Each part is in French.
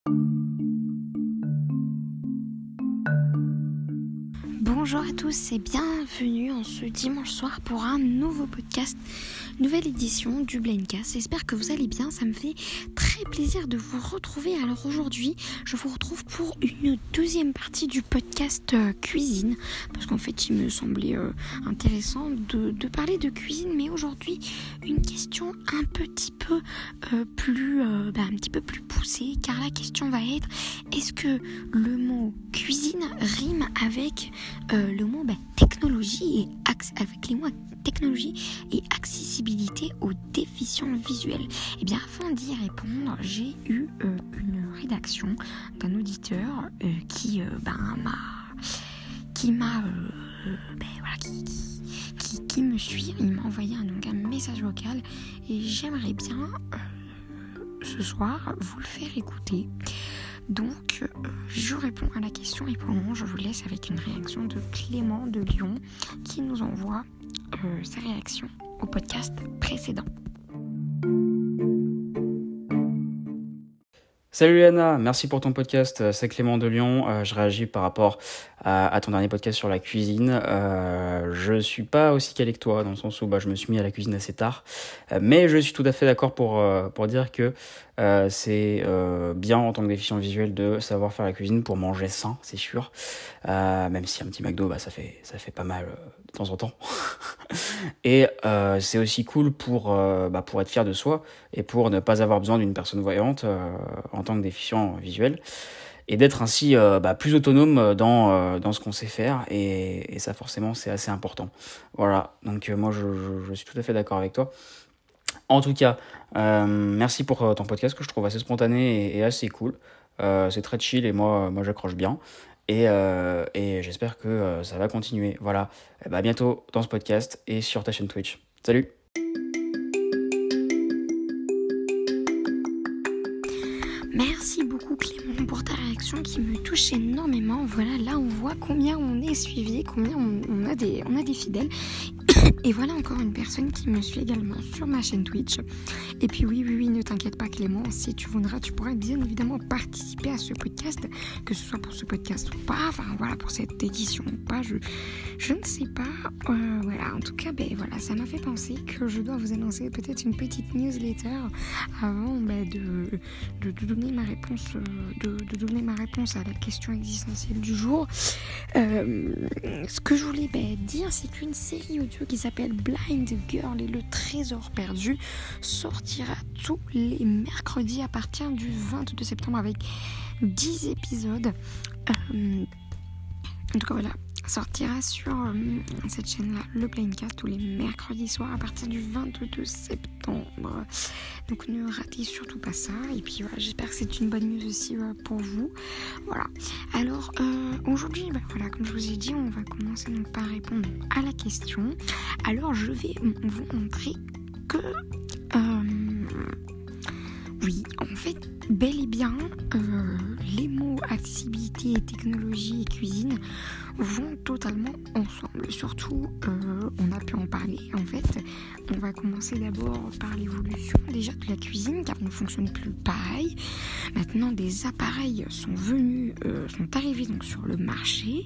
Bonjour à tous et bienvenue en ce dimanche soir pour un nouveau podcast, nouvelle édition du Blindcast. J'espère que vous allez bien, ça me fait très plaisir de vous retrouver. Alors aujourd'hui, je vous retrouve pour une deuxième partie du podcast cuisine, parce qu'en fait il me semblait intéressant de parler de cuisine, mais aujourd'hui une question un petit peu plus poussée, car la question va être: est-ce que le mot cuisine rime avec le mot technologie avec les mots technologie et accessibilité aux déficients visuels? Et bien, afin d'y répondre, j'ai eu une rédaction d'un auditeur qui me suit. Il m'a envoyé un message vocal et j'aimerais bien ce soir vous le faire écouter. Donc, je réponds à la question et pour le moment, je vous laisse avec une réaction de Clément de Lyon qui nous envoie sa réaction au podcast précédent. Salut Anna, merci pour ton podcast, c'est Clément de Lyon. Je réagis par rapport à ton dernier podcast sur la cuisine. Je suis pas aussi calé que toi, dans le sens où je me suis mis à la cuisine assez tard, mais je suis tout à fait d'accord pour dire que c'est bien en tant que déficient visuel de savoir faire la cuisine pour manger sain, c'est sûr, même si un petit McDo ça fait pas mal de temps en temps. Et c'est aussi cool pour être fier de soi et pour ne pas avoir besoin d'une personne voyante en tant que déficient visuel, et d'être ainsi plus autonome dans ce qu'on sait faire, et ça forcément c'est assez important. Voilà, donc moi je suis tout à fait d'accord avec toi. En tout cas, merci pour ton podcast que je trouve assez spontané et assez cool. C'est très chill et moi j'accroche bien. Et j'espère que ça va continuer. Voilà, à bientôt dans ce podcast et sur ta chaîne Twitch. Salut! Merci beaucoup Clément pour ta réaction qui me touche énormément. Voilà, là on voit combien on est suivi, combien on a des fidèles. Et voilà encore une personne qui me suit également sur ma chaîne Twitch. Et puis oui, ne t'inquiète pas Clément, si tu voudras, tu pourras bien évidemment participer à ce podcast, que ce soit pour ce podcast ou pas, pour cette édition ou pas, je ne sais pas. En tout cas, ça m'a fait penser que je dois vous annoncer peut-être une petite newsletter avant de donner ma réponse, de donner ma réponse à la question existentielle du jour. Ce que je voulais dire, c'est qu'une série audio qui s'appelle Blind Girl et le trésor perdu sortira tous les mercredis à partir du 22 septembre avec 10 épisodes. En tout cas voilà, sortira sur cette chaîne-là, le Blindcast, tous les mercredis soirs à partir du 22 septembre. Donc ne ratez surtout pas ça. Et puis voilà, j'espère que c'est une bonne news aussi pour vous. Voilà. Alors aujourd'hui, comme je vous ai dit, on va commencer donc par répondre à la question. Alors je vais vous montrer que oui, en fait, bel et bien, les mots accessibilité, technologie et cuisine vont totalement ensemble. Surtout, on a pu en parler. En fait, on va commencer d'abord par l'évolution déjà de la cuisine, car on ne fonctionne plus pareil. Maintenant, des appareils sont arrivés donc sur le marché.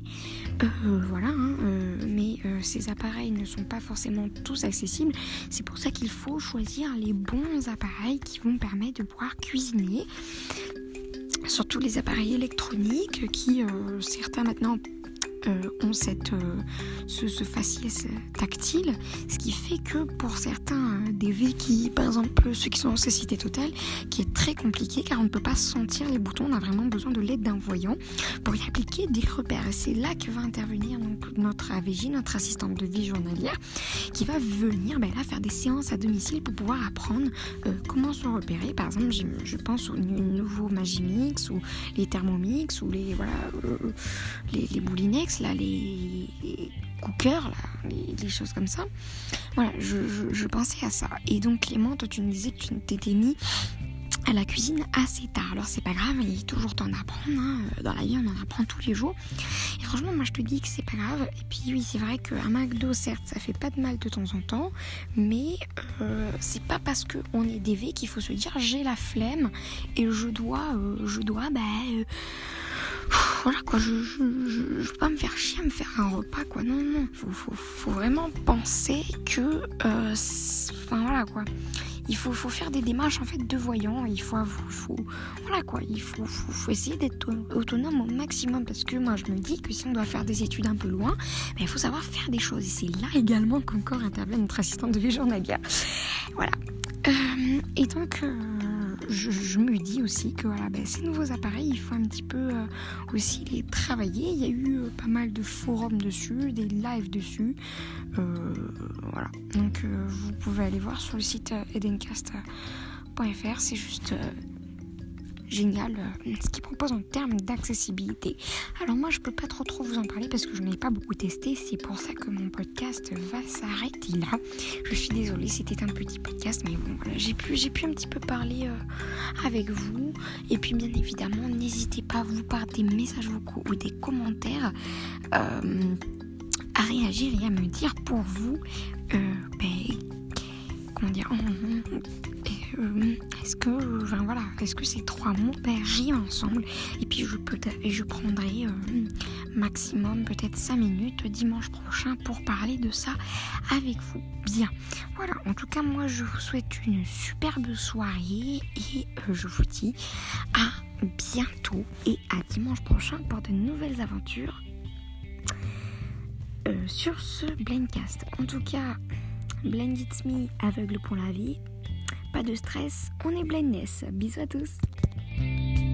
Mais ces appareils ne sont pas forcément tous accessibles. C'est pour ça qu'il faut choisir les bons appareils qui vont permettre de pouvoir cuisiner. Surtout les appareils électroniques qui, certains maintenant, ont ce faciès tactile, ce qui fait que pour certains des véhicules, par exemple ceux qui sont en cécité totale, qui est très compliqué car on ne peut pas sentir les boutons, on a vraiment besoin de l'aide d'un voyant pour y appliquer des repères. Et c'est là que va intervenir donc notre AVJ, notre assistante de vie journalière, qui va venir faire des séances à domicile pour pouvoir apprendre comment se repérer. Par exemple, je pense aux nouveaux Magimix ou les Thermomix ou les Moulinex, les cookers, les choses comme ça. Voilà, je pensais à ça. Et donc Clément, toi tu me disais que tu t'étais mis à la cuisine assez tard. Alors c'est pas grave, il est toujours temps d'apprendre, hein. Dans la vie on en apprend tous les jours. Et franchement moi je te dis que c'est pas grave. Et puis oui c'est vrai qu'un McDo certes ça fait pas de mal de temps en temps, mais c'est pas parce qu'on est dévé qu'il faut se dire j'ai la flemme et je dois voilà quoi, je veux pas me faire chier à me faire un repas quoi, non, faut vraiment penser que enfin voilà quoi. Il faut faire des démarches en fait de voyants, il faut voilà quoi, il faut essayer d'être autonome au maximum parce que moi je me dis que si on doit faire des études un peu loin, il faut savoir faire des choses et c'est là également qu'encore intervient notre assistante de vie journalière. Voilà. Et donc je me dis aussi que voilà, ces nouveaux appareils, il faut un petit peu aussi les travailler. Il y a eu pas mal de forums dessus, des lives dessus. Voilà. Donc vous pouvez aller voir sur le site edencast.fr. C'est juste génial ce qu'ils proposent en termes d'accessibilité. Alors moi je peux pas trop vous en parler parce que je n'ai pas beaucoup testé, c'est pour ça que mon podcast va s'arrêter là. Je suis désolée, c'était un petit podcast mais bon voilà, j'ai pu un petit peu parler avec vous et puis bien évidemment n'hésitez pas vous par des messages vocaux ou des commentaires à réagir et à me dire pour vous comment dire est-ce que ces 3 mots riment ensemble et puis je prendrai maximum peut-être 5 minutes dimanche prochain pour parler de ça avec vous. Bien, voilà, en tout cas moi je vous souhaite une superbe soirée et je vous dis à bientôt et à dimanche prochain pour de nouvelles aventures sur ce Blindcast. En tout cas, Blind It's Me, aveugle pour la vie. Pas de stress, on est blindness. Bisous à tous.